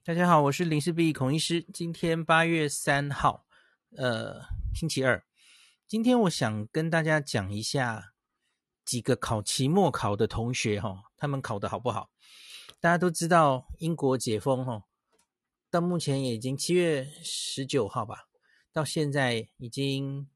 大家好，我是林氏璧孔医师。今天8月3号，星期二。今天我想跟大家讲一下几个考期末考的同学他们考得好不好。大家都知道英国解封到目前也已经7月19号吧，到现在已经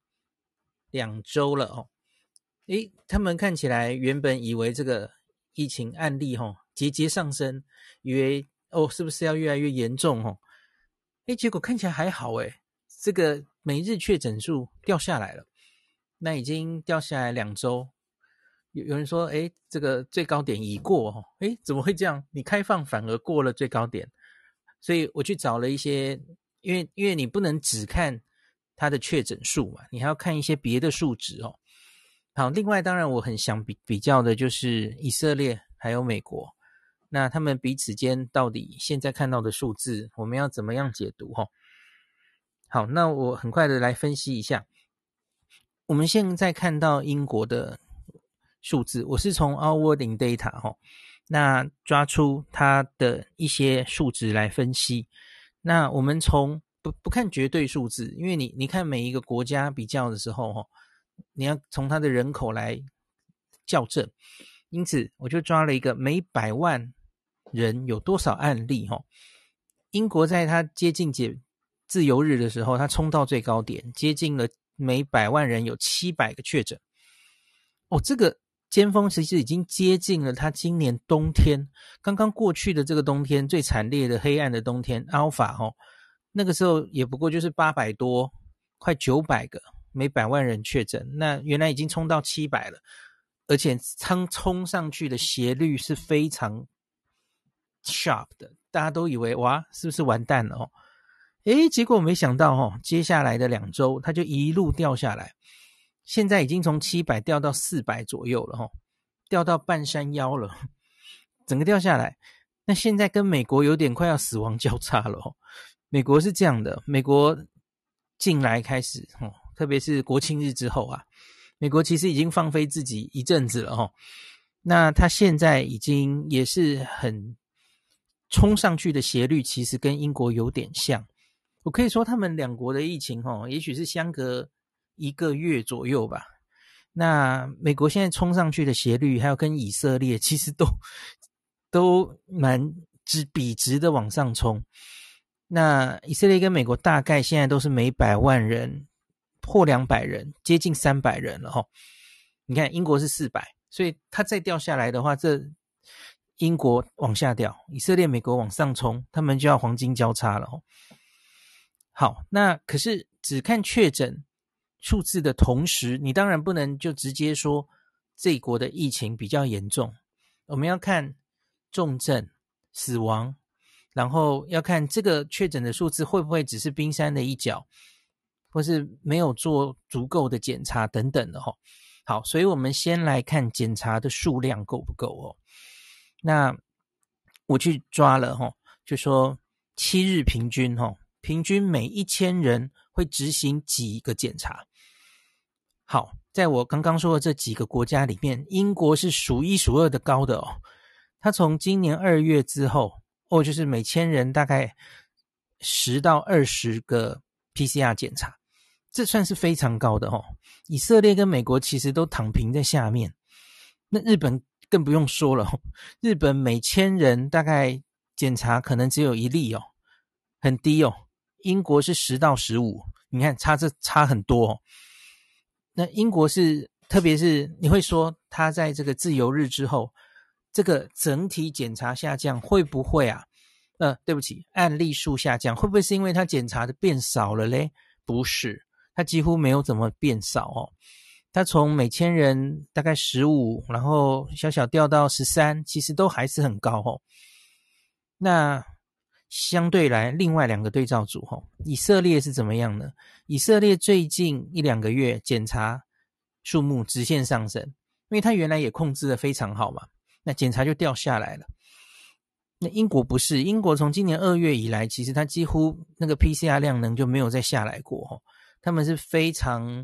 2周了他们看起来原本以为这个疫情案例节节上升，以为是不是要越来越严重结果看起来还好这个每日确诊数掉下来了，那已经掉下来2周。有人说这个最高点已过怎么会这样？你开放反而过了最高点。所以我去找了一些，因为你不能只看它的确诊数嘛，你还要看一些别的数值好，另外当然我很想比较的就是以色列还有美国，那他们彼此间到底现在看到的数字我们要怎么样解读好，那我很快的来分析一下。我们现在看到英国的数字，我是从 Our World in Data 那抓出它的一些数值来分析。那我们从不看绝对数字，因为你看每一个国家比较的时候你要从它的人口来校正，因此我就抓了一个每100万人有多少案例英国在它接近自由日的时候，它冲到最高点，接近了每100万人有700个确诊这个尖峰其实已经接近了它今年冬天刚刚过去的这个冬天最惨烈的黑暗的冬天 Alpha 那个时候也不过就是800多快900个每100万人确诊，那原来已经冲到700了，而且冲上去的斜率是非常 sharp 的，大家都以为哇是不是完蛋了结果没想到接下来的2周它就一路掉下来，现在已经从700掉到400左右了掉到半山腰了，整个掉下来。那现在跟美国有点快要死亡交叉了美国是这样的，美国近来开始特别是国庆日之后美国其实已经放飞自己一阵子了那它现在已经也是很冲上去的斜率其实跟英国有点像，我可以说他们两国的疫情也许是相隔1个月左右吧。那美国现在冲上去的斜率还有跟以色列其实都蛮笔直的往上冲。那以色列跟美国大概现在都是每100万人破200人，接近300人了你看英国是400，所以它再掉下来的话，这英国往下掉，以色列美国往上冲，他们就要黄金交叉了好，那可是只看确诊数字的同时，你当然不能就直接说这一国的疫情比较严重，我们要看重症、死亡，然后要看这个确诊的数字会不会只是冰山的一角，或是没有做足够的检查等等的好，所以我们先来看检查的数量够不够那我去抓了就说7日平均平均每1000人会执行几个检查。好，在我刚刚说的这几个国家里面，英国是数1数2的高的它从今年2月之后就是每1000人大概10到20个 PCR 检查，这算是非常高的以色列跟美国其实都躺平在下面，那日本更不用说了日本每1000人大概检查可能只有1例很低英国是10到15，你看差很多那英国是特别是你会说它在这个自由日之后，这个整体检查下降会不会对不起，案例数下降会不会是因为它检查的变少了嘞？不是，它几乎没有怎么变少它从每1000人大概15，然后小小掉到13，其实都还是很高那相对来另外2个对照组以色列是怎么样呢？以色列最近1-2个月检查数目直线上升，因为它原来也控制得非常好嘛，那检查就掉下来了。那英国不是，英国从今年2月以来，其实它几乎那个 PCR 量能就没有再下来过他们是非常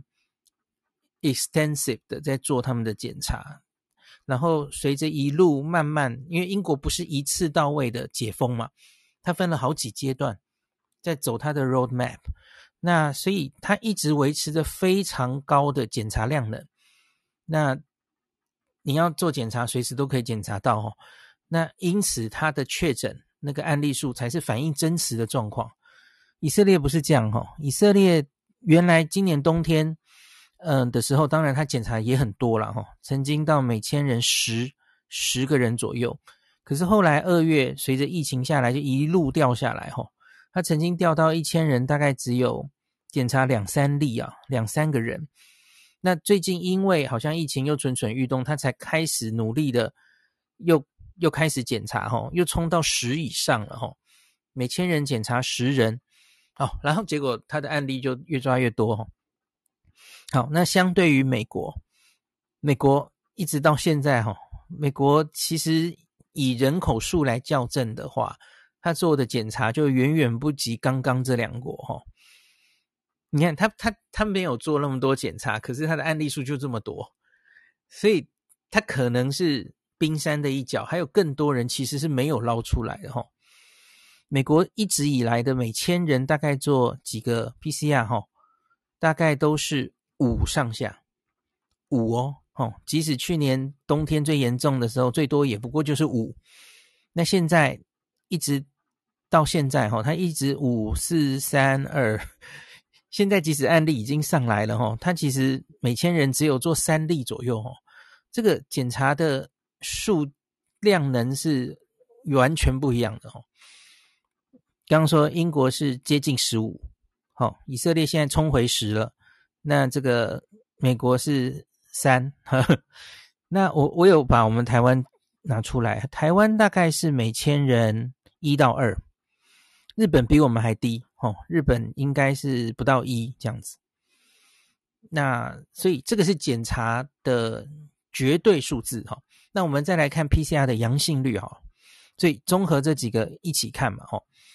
extensive 的在做他们的检查，然后随着一路慢慢，因为英国不是一次到位的解封嘛， 它分了好几阶段在走它的 roadmap， 那所以它一直维持着非常高的检查量能，那你要做检查随时都可以检查到那因此它的确诊那个案例数才是反映真实的状况。以色列不是这样以色列原来今年冬天的时候，当然它检查也很多了曾经到每千人10个人左右，可是后来2月随着疫情下来就一路掉下来它曾经掉到1000人大概只有检查2-3例2-3个人。那最近因为好像疫情又蠢蠢欲动，他才开始努力的又开始检查又冲到10以上了每千人检查10人然后结果他的案例就越抓越多好，那相对于美国一直到现在美国其实以人口数来校正的话，他做的检查就远远不及刚刚这两国你看他没有做那么多检查，可是他的案例数就这么多，所以他可能是冰山的一角，还有更多人其实是没有捞出来的美国一直以来的每千人大概做几个 PCR 大概都是5上下，5即使去年冬天最严重的时候最多也不过就是5，那现在一直到现在他一直5、4、3、2，现在即使案例已经上来了它其实每千人只有做3例左右这个检查的数量能是完全不一样的刚刚说英国是接近15以色列现在冲回10了，那这个美国是3那我有把我们台湾拿出来，台湾大概是每千人1到2，日本比我们还低日本应该是不到1这样子。那所以这个是检查的绝对数字那我们再来看 PCR 的阳性率所以综合这几个一起看嘛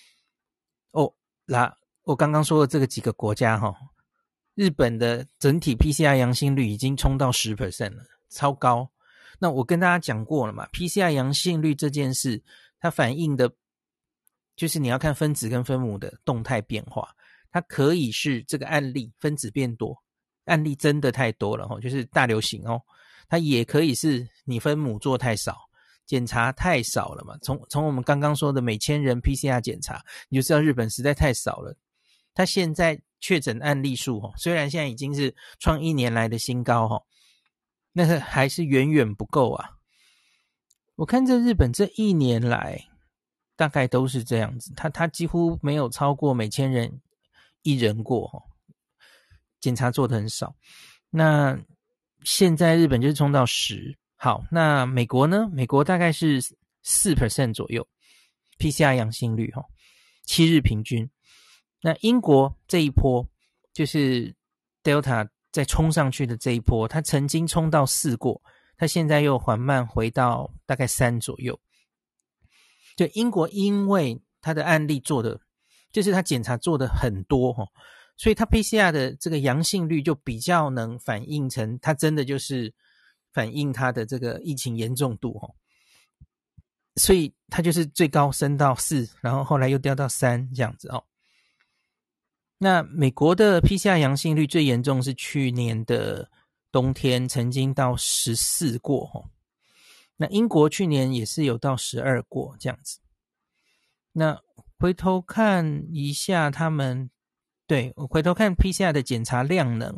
我刚刚说的这个几个国家日本的整体 PCR 阳性率已经冲到 10% 了，超高。那我跟大家讲过了嘛， PCR 阳性率这件事它反映的就是你要看分子跟分母的动态变化，它可以是这个案例分子变多，案例真的太多了就是大流行它也可以是你分母做太少，检查太少了嘛，从我们刚刚说的每千人 PCR 检查你就知道日本实在太少了。它现在确诊案例数虽然现在已经是创1年来的新高那还是远远不够啊。我看这日本这1年来大概都是这样子，他几乎没有超过每千人1人过检查做得很少。那现在日本就是冲到10。好，那美国呢？美国大概是 4% 左右 PCR 阳性率7日平均。那英国这一波就是 Delta 再冲上去的这一波，它曾经冲到4过，它现在又缓慢回到大概3左右。就英国因为它的案例做的就是它检查做的很多所以它 PCR 的这个阳性率就比较能反映成它真的就是反映它的这个疫情严重度所以它就是最高升到4，然后后来又掉到3这样子那美国的 PCR 阳性率最严重是去年的冬天曾经到14过那英国去年也是有到12过这样子。那回头看一下他们，对，我回头看 PCR 的检查量能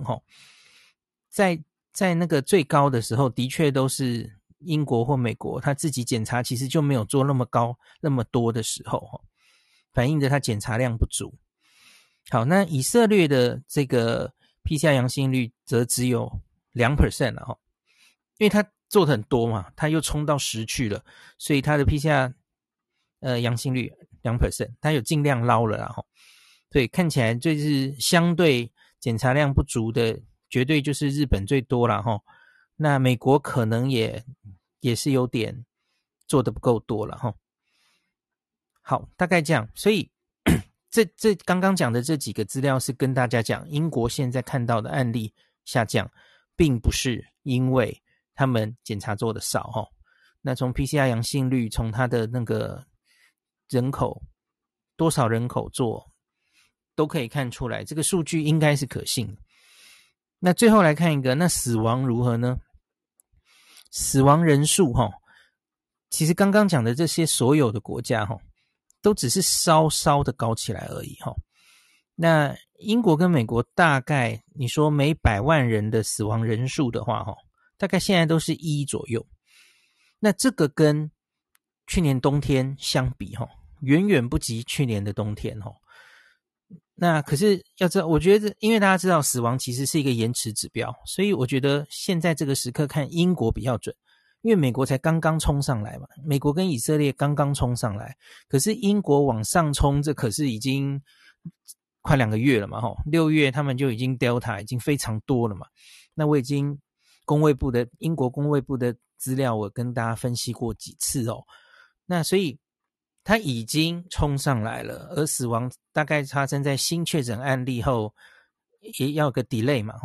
在那个最高的时候的确都是英国或美国他自己检查其实就没有做那么高那么多的时候反映着他检查量不足。好，那以色列的这个 PCR 阳性率则只有 2% 了因为他做的很多嘛，他又冲到10去了，所以他的 PCR阳性率 2%， 他有尽量捞了啦所以看起来就是相对检查量不足的绝对就是日本最多啦那美国可能也是有点做的不够多了好，大概这样。所以这刚刚讲的这几个资料是跟大家讲英国现在看到的案例下降并不是因为他们检查做的少那从 PCR 阳性率，从他的那个人口多少人口做，都可以看出来这个数据应该是可信的。那最后来看一个，那死亡如何呢？死亡人数其实刚刚讲的这些所有的国家都只是稍稍的高起来而已那英国跟美国大概你说每100万人的死亡人数的话大概现在都是1左右。那这个跟去年冬天相比远远不及去年的冬天那可是要知道，我觉得因为大家知道死亡其实是一个延迟指标，所以我觉得现在这个时刻看英国比较准，因为美国才刚刚冲上来嘛，美国跟以色列刚刚冲上来，可是英国往上冲，这可是已经快2个月了嘛6月他们就已经 Delta 已经非常多了嘛。那我已经英国公卫部的资料我跟大家分析过几次那所以它已经冲上来了，而死亡大概发生在新确诊案例后也要有个 delay 嘛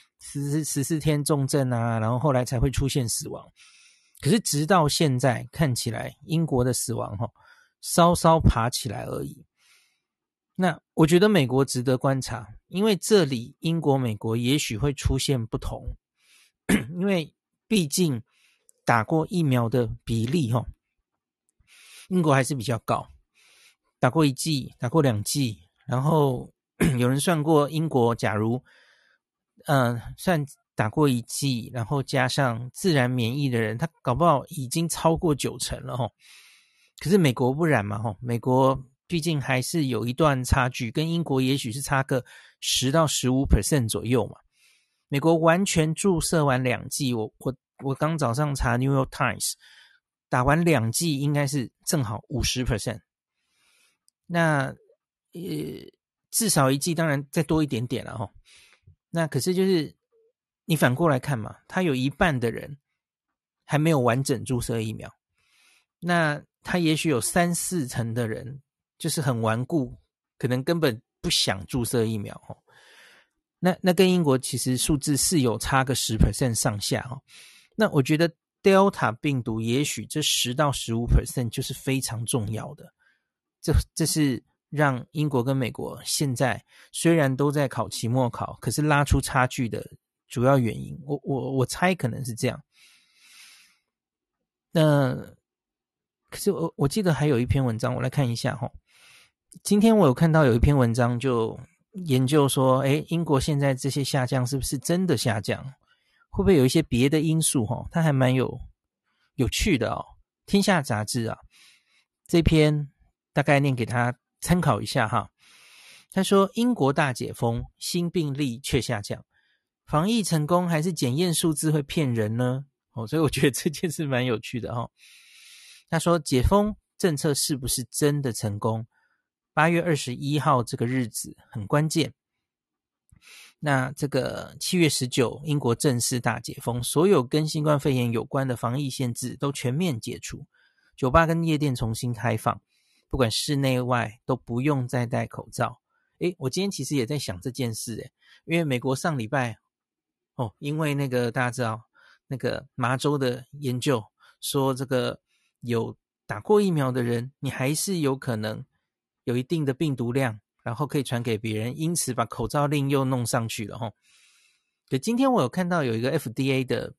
14天重症啊，然后后来才会出现死亡。可是直到现在看起来英国的死亡稍稍爬起来而已。那我觉得美国值得观察，因为这里英国美国也许会出现不同因为毕竟打过疫苗的比例英国还是比较高，打过1剂打过2剂，然后有人算过英国假如算打过1剂然后加上自然免疫的人，他搞不好已经超过90%了可是美国不然嘛美国毕竟还是有一段差距，跟英国也许是差个10到15% 左右嘛。美国完全注射完2剂，我刚早上查 New York Times 打完2剂应该是正好 50%。 那至少1剂当然再多一点点了那可是就是你反过来看嘛，他有一半的人还没有完整注射疫苗，那他也许有3-4成的人就是很顽固，可能根本不想注射疫苗那跟英国其实数字是有差个 10% 上下那我觉得 Delta 病毒也许这10到15% 就是非常重要的，这是让英国跟美国现在虽然都在考期末考，可是拉出差距的主要原因，我猜可能是这样。那可是我记得还有一篇文章，我来看一下今天我有看到有一篇文章就研究说英国现在这些下降是不是真的下降，会不会有一些别的因素它还蛮有趣的天下杂志这篇大概念给他参考一下他说英国大解封，新病例却下降，防疫成功还是检验数字会骗人呢所以我觉得这件事蛮有趣的他说解封政策是不是真的成功，8月21号这个日子很关键。那这个7月19英国正式大解封，所有跟新冠肺炎有关的防疫限制都全面解除，酒吧跟夜店重新开放，不管室内外都不用再戴口罩。我今天其实也在想这件事因为美国上礼拜因为那个大家知道那个麻州的研究说，这个有打过疫苗的人你还是有可能有一定的病毒量，然后可以传给别人，因此把口罩令又弄上去了可今天我有看到有一个 FDA 的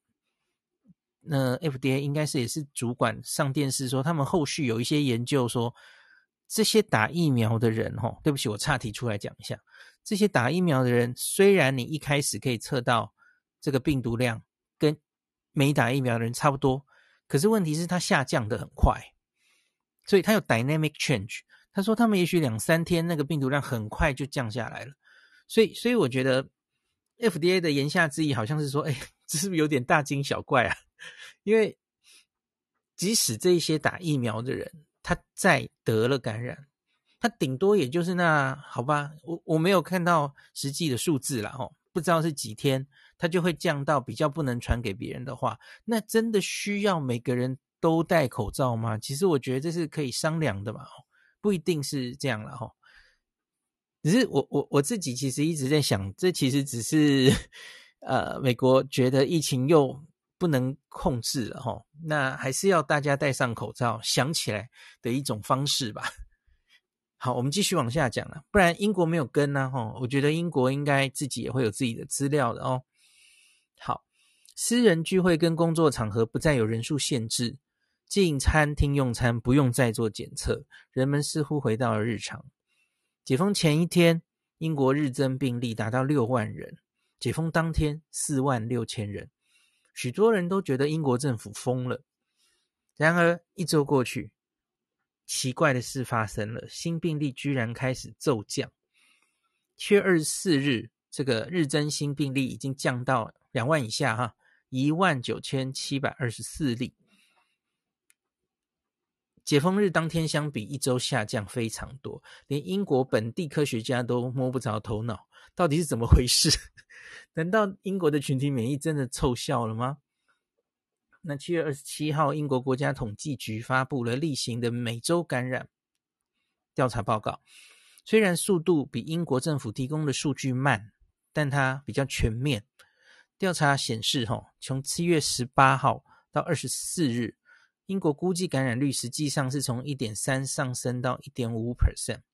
FDA 应该是也是主管上电视说，他们后续有一些研究说，这些打疫苗的人对不起我岔题出来讲一下，这些打疫苗的人虽然你一开始可以测到这个病毒量跟没打疫苗的人差不多，可是问题是它下降的很快，所以它有 dynamic change。他说他们也许2-3天那个病毒量很快就降下来了，所以我觉得 FDA 的言下之意好像是说这是不是有点大惊小怪因为即使这一些打疫苗的人他再得了感染，他顶多也就是那好吧，我没有看到实际的数字啦不知道是几天他就会降到比较不能传给别人的话，那真的需要每个人都戴口罩吗？其实我觉得这是可以商量的嘛不一定是这样啦只是我自己其实一直在想，这其实只是美国觉得疫情又不能控制了那还是要大家戴上口罩想起来的一种方式吧。 好，我们继续往下讲了，不然英国没有跟啊，我觉得英国应该自己也会有自己的资料的哦。好，私人聚会跟工作场合不再有人数限制，进餐厅用餐不用再做检测，人们似乎回到了日常。解封前一天，英国日增病例达到6万人，解封当天46000人，许多人都觉得英国政府疯了。然而一周过去，奇怪的事发生了，新病例居然开始骤降。7月24日，这个日增新病例已经降到2万以下哈，19724例。解封日当天相比一周下降非常多，连英国本地科学家都摸不着头脑，到底是怎么回事？难道英国的群体免疫真的奏效了吗？那7月27号，英国国家统计局发布了例行的每周感染调查报告。虽然速度比英国政府提供的数据慢，但它比较全面。调查显示，从7月18号到24日，英国估计感染率实际上是从 1.3 上升到 1.5%。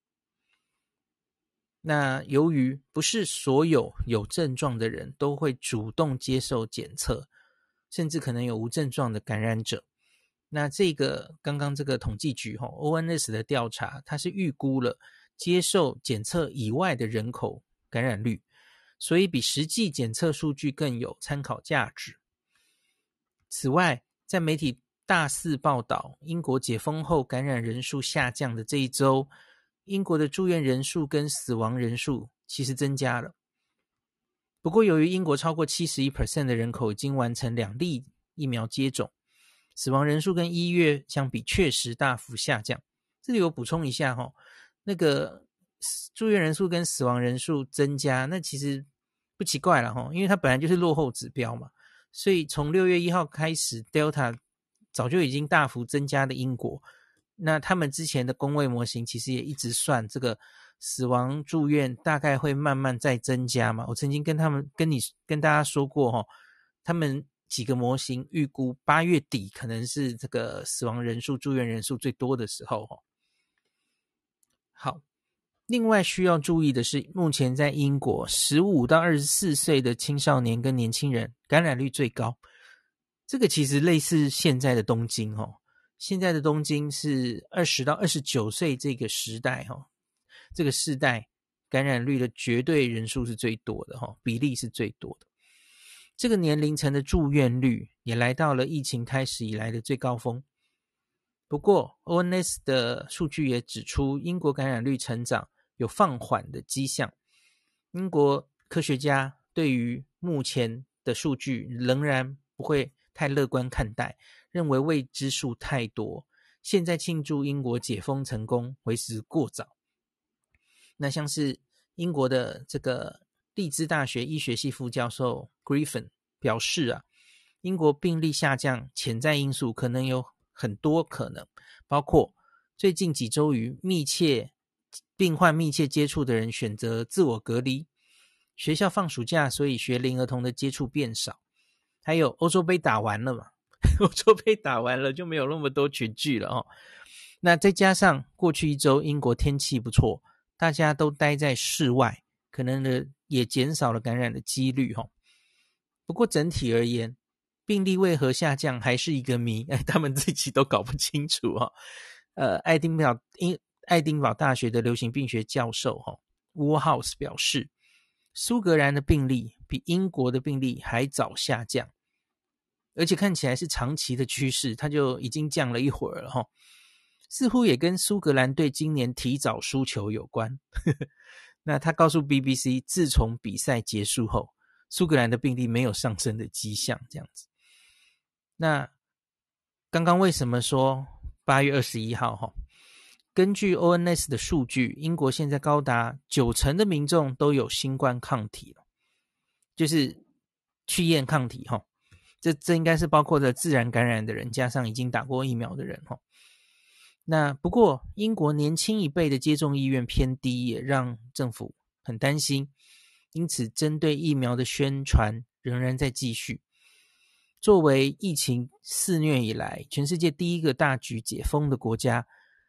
那由于不是所有有症状的人都会主动接受检测，甚至可能有无症状的感染者。那这个刚刚这个统计局ONS 的调查，它是预估了接受检测以外的人口感染率，所以比实际检测数据更有参考价值。此外，在媒体大肆报道英国解封后感染人数下降的这一周，英国的住院人数跟死亡人数其实增加了。不过由于英国超过 71% 的人口已经完成2例疫苗接种，死亡人数跟1月相比确实大幅下降。这里我补充一下那个住院人数跟死亡人数增加，那其实不奇怪了因为它本来就是落后指标嘛。所以从6月1号开始 Delta 早就已经大幅增加的英国，那他们之前的公卫模型其实也一直算这个死亡住院大概会慢慢再增加嘛。我曾经跟大家说过他们几个模型预估8月底可能是这个死亡人数住院人数最多的时候好，另外需要注意的是，目前在英国15到24岁的青少年跟年轻人感染率最高。这个其实类似现在的东京现在的东京是20到29岁这个时代这个世代感染率的绝对人数是最多的比例是最多的。这个年龄层的住院率也来到了疫情开始以来的最高峰。不过 ONS 的数据也指出，英国感染率成长有放缓的迹象。英国科学家对于目前的数据仍然不会太乐观看待，认为未知数太多，现在庆祝英国解封成功为时过早。那像是英国的这个利兹大学医学系副教授 Griffin 表示英国病例下降潜在因素可能有很多可能，包括最近几周与病患密切接触的人选择自我隔离，学校放暑假，所以学龄儿童的接触变少，还有欧洲杯打完了嘛，欧洲杯打完了就没有那么多群聚了那再加上过去一周英国天气不错，大家都待在室外，可能也减少了感染的几率不过整体而言，病例为何下降还是一个谜，他们自己都搞不清楚爱丁堡大学的流行病学教授Woolhouse 表示，苏格兰的病例比英国的病例还早下降，而且看起来是长期的趋势，它就已经降了一会儿了似乎也跟苏格兰队今年提早输球有关那他告诉 BBC， 自从比赛结束后，苏格兰的病例没有上升的迹象这样子。那刚刚为什么说8月21号根据 ONS 的数据，英国现在高达90%的民众都有新冠抗体了，就是去验抗体这应该是包括了自然感染的人加上已经打过疫苗的人那不过英国年轻一辈的接种意愿偏低，也让政府很担心，因此针对疫苗的宣传仍然在继续。作为疫情肆虐以来全世界第一个大举解封的国家，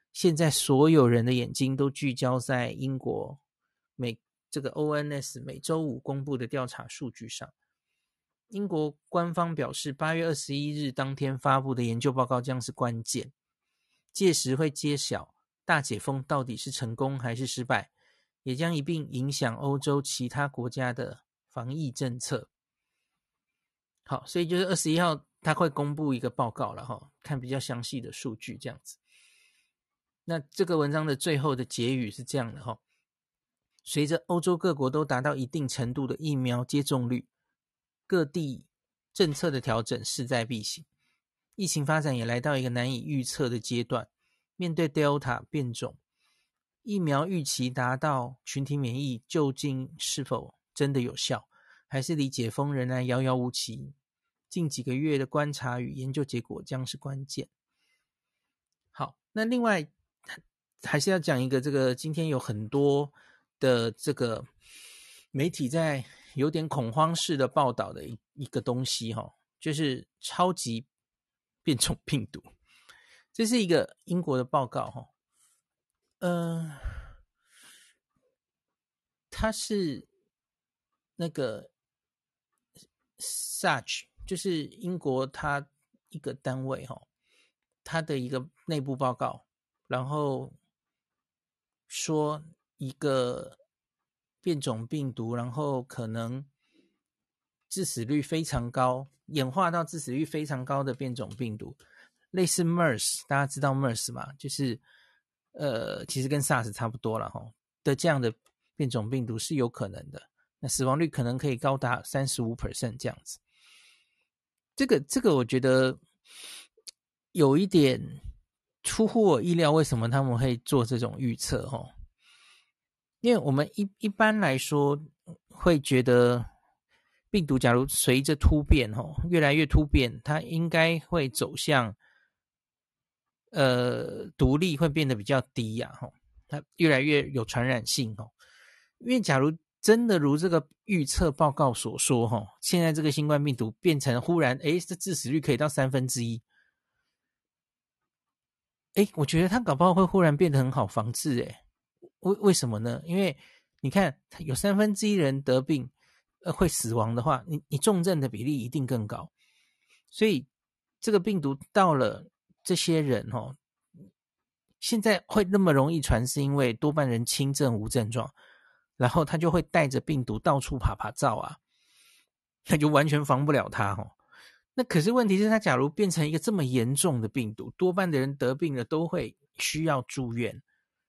现在所有人的眼睛都聚焦在英国这个 ONS 每周五公布的调查数据上。英国官方表示，8月21日当天发布的研究报告将是关键，届时会揭晓大解封到底是成功还是失败，也将一并影响欧洲其他国家的防疫政策。好，所以就是21号他会公布一个报告了，看比较详细的数据这样子。那这个文章的最后的结语是这样的，随着欧洲各国都达到一定程度的疫苗接种率，各地政策的调整势在必行，疫情发展也来到一个难以预测的阶段。面对 Delta 变种，疫苗预期达到群体免疫究竟是否真的有效，还是离解封仍然遥遥无期？近几个月的观察与研究结果将是关键。好，那另外还是要讲一个，这个今天有很多的这个媒体在有点恐慌式的报道的一个东西，就是超级变种病毒。这是一个英国的报告，它是那个 SAGE， 就是英国它一个单位，它的一个内部报告，然后说一个变种病毒，然后可能致死率非常高，演化到致死率非常高的变种病毒，类似 MERS， 大家知道 MERS 吗？就是其实跟 SARS 差不多了的这样的变种病毒是有可能的，那死亡率可能可以高达 35% 这样子。这个我觉得有一点出乎我意料，为什么他们会做这种预测因为我们一般来说会觉得病毒假如随着突变越来越突变，它应该会走向毒力会变得比较低它越来越有传染性因为假如真的如这个预测报告所说现在这个新冠病毒变成忽然这致死率可以到1/3，我觉得它搞不好会忽然变得很好防治为什么呢？因为你看有1/3人得病会死亡的话，你重症的比例一定更高，所以这个病毒到了这些人现在会那么容易传，是因为多半人轻症无症状，然后他就会带着病毒到处爬爬照啊，那就完全防不了他那可是问题是，他假如变成一个这么严重的病毒，多半的人得病了都会需要住院。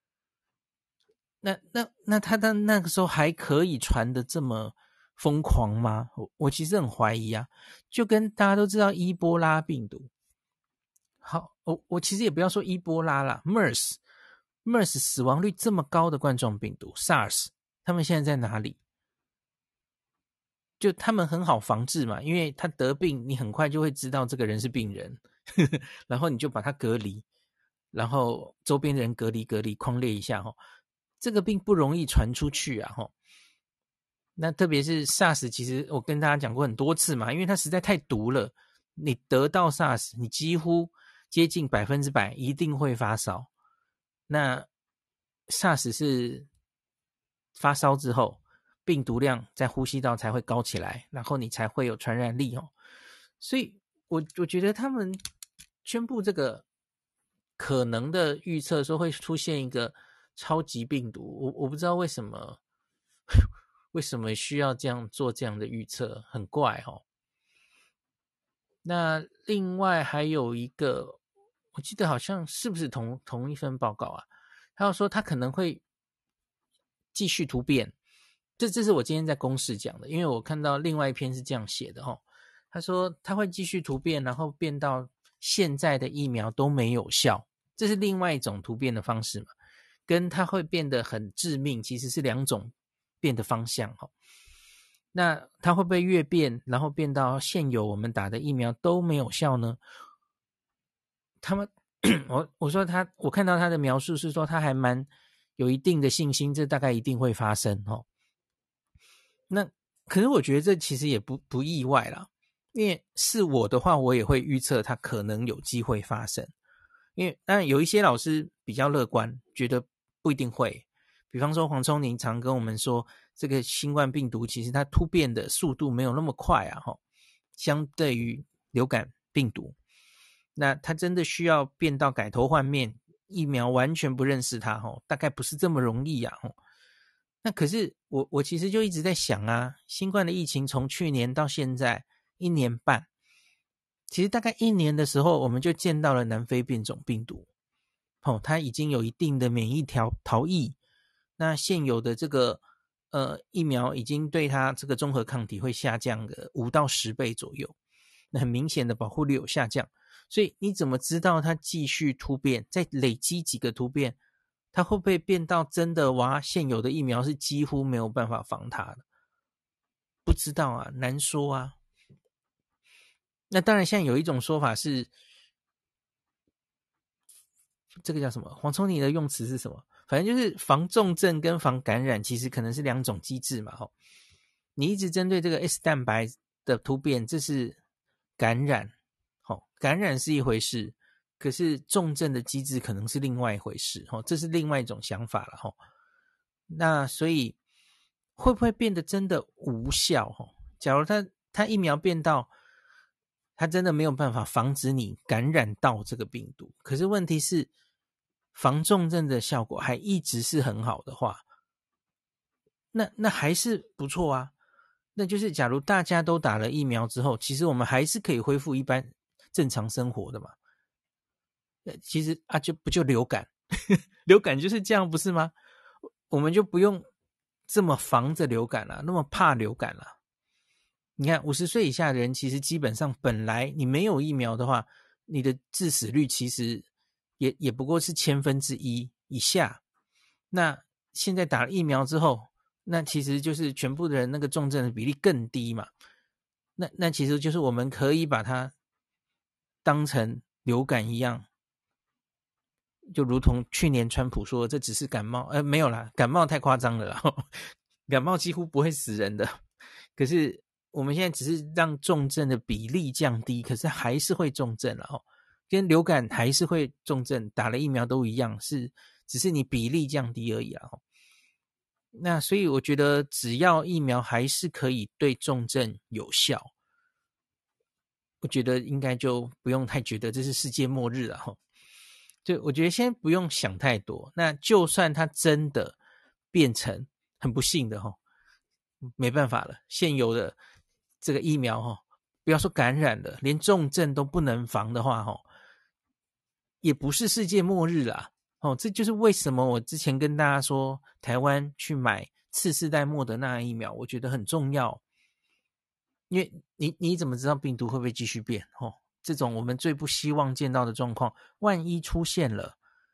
那他的那个时候还可以传得这么疯狂吗？我其实很怀疑啊。就跟大家都知道伊波拉病毒，好，我其实也不要说伊波拉啦 ，MERS 死亡率这么高的冠状病毒 ，SARS 他们现在在哪里？就他们很好防治嘛，因为他得病，你很快就会知道这个人是病人，然后你就把他隔离，然后周边的人隔离，匡列一下这个病不容易传出去啊那特别是 SARS， 其实我跟大家讲过很多次嘛，因为它实在太毒了，你得到 SARS， 你几乎接近100%一定会发烧。那 SARS 是发烧之后，病毒量在呼吸道才会高起来，然后你才会有传染力所以我觉得他们宣布这个可能的预测说会出现一个超级病毒，我不知道为什么为什么需要这样做这样的预测，很怪那另外还有一个，我记得好像是不是同一份报告啊？他要说他可能会继续突变，这是我今天在公视讲的，因为我看到另外一篇是这样写的他说他会继续突变，然后变到现在的疫苗都没有效，这是另外一种突变的方式嘛，跟它会变得很致命其实是两种变的方向那它会不会越变，然后变到现有我们打的疫苗都没有效呢？他们我说我看到他的描述是说他还蛮有一定的信心，这大概一定会发生那可是我觉得这其实也不意外啦，因为是我的话，我也会预测它可能有机会发生， 因为当然有一些老师比较乐观，觉得不一定会。比方说黄聪宁常跟我们说，这个新冠病毒其实它突变的速度没有那么快啊，相对于流感病毒，那它真的需要变到改头换面，疫苗完全不认识它，大概不是这么容易啊。那可是我其实就一直在想啊，新冠的疫情从去年到现在1年半，其实大概1年的时候，我们就见到了南非变种病毒，它已经有一定的免疫逃逸，那现有的这个疫苗已经对它这个综合抗体会下降个5到10倍左右，那很明显的保护力有下降，所以你怎么知道它继续突变，再累积几个突变，它会不会变到真的哇，现有的疫苗是几乎没有办法防它的？不知道啊，难说啊。那当然现在有一种说法是，这个叫什么？黄聪宁的用词是什么？反正就是防重症跟防感染其实可能是2种机制嘛。你一直针对这个 S 蛋白的突变，这是感染，感染是一回事，可是重症的机制可能是另外一回事，这是另外一种想法了。那所以会不会变得真的无效？假如它疫苗变到它真的没有办法防止你感染到这个病毒，可是问题是防重症的效果还一直是很好的话，那还是不错啊。那就是假如大家都打了疫苗之后，其实我们还是可以恢复一般正常生活的嘛。其实啊，就流感流感就是这样不是吗？我们就不用这么防着流感了，那么怕流感了。你看50岁以下的人，其实基本上本来你没有疫苗的话，你的致死率其实也不过是1/1000以下。那现在打了疫苗之后，那其实就是全部的人那个重症的比例更低嘛。那其实就是我们可以把它当成流感一样，就如同去年川普说这只是感冒，没有啦，感冒太夸张了啦，感冒几乎不会死人的。可是我们现在只是让重症的比例降低，可是还是会重症了跟流感还是会重症，打了疫苗都一样，只是你比例降低而已啦。那所以我觉得只要疫苗还是可以对重症有效，我觉得应该就不用太觉得这是世界末日了就我觉得先不用想太多，那就算它真的变成很不幸的没办法了，现有的这个疫苗不要说感染了，连重症都不能防的话也不是世界末日啦。这就是为什么我之前跟大家说台湾去买次世代莫德纳疫苗，我觉得很重要。因为你怎么知道病毒会不会继续变？这种我们最不希望见到的状况，万一出现了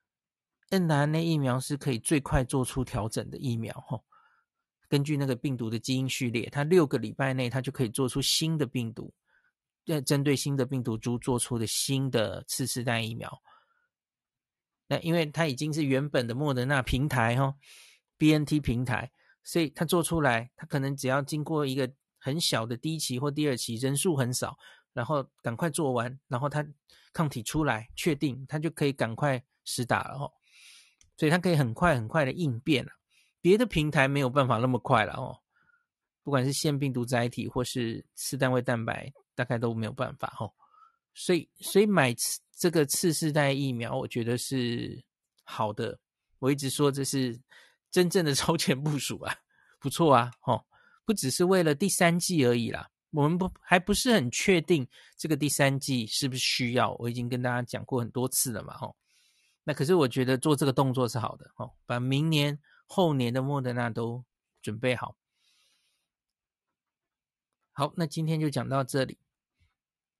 mRNA 疫苗是可以最快做出调整的疫苗根据那个病毒的基因序列，它6个礼拜内它就可以做出新的病毒，针对新的病毒株做出的新的次世代疫苗。那因为它已经是原本的莫德纳平台BNT 平台，所以它做出来，它可能只要经过一个很小的第1期或第2期，人数很少，然后赶快做完，然后它抗体出来确定，它就可以赶快施打了所以它可以很快很快的应变了。别的平台没有办法那么快了不管是腺病毒载体或是次单位蛋白，大概都没有办法所以买这个次世代疫苗，我觉得是好的。我一直说这是真正的超前部署啊，不错啊不只是为了第3剂而已啦。我们还不是很确定这个第3剂是不是需要，我已经跟大家讲过很多次了嘛那可是我觉得做这个动作是好的把明年后年的莫德纳都准备好。好，那今天就讲到这里。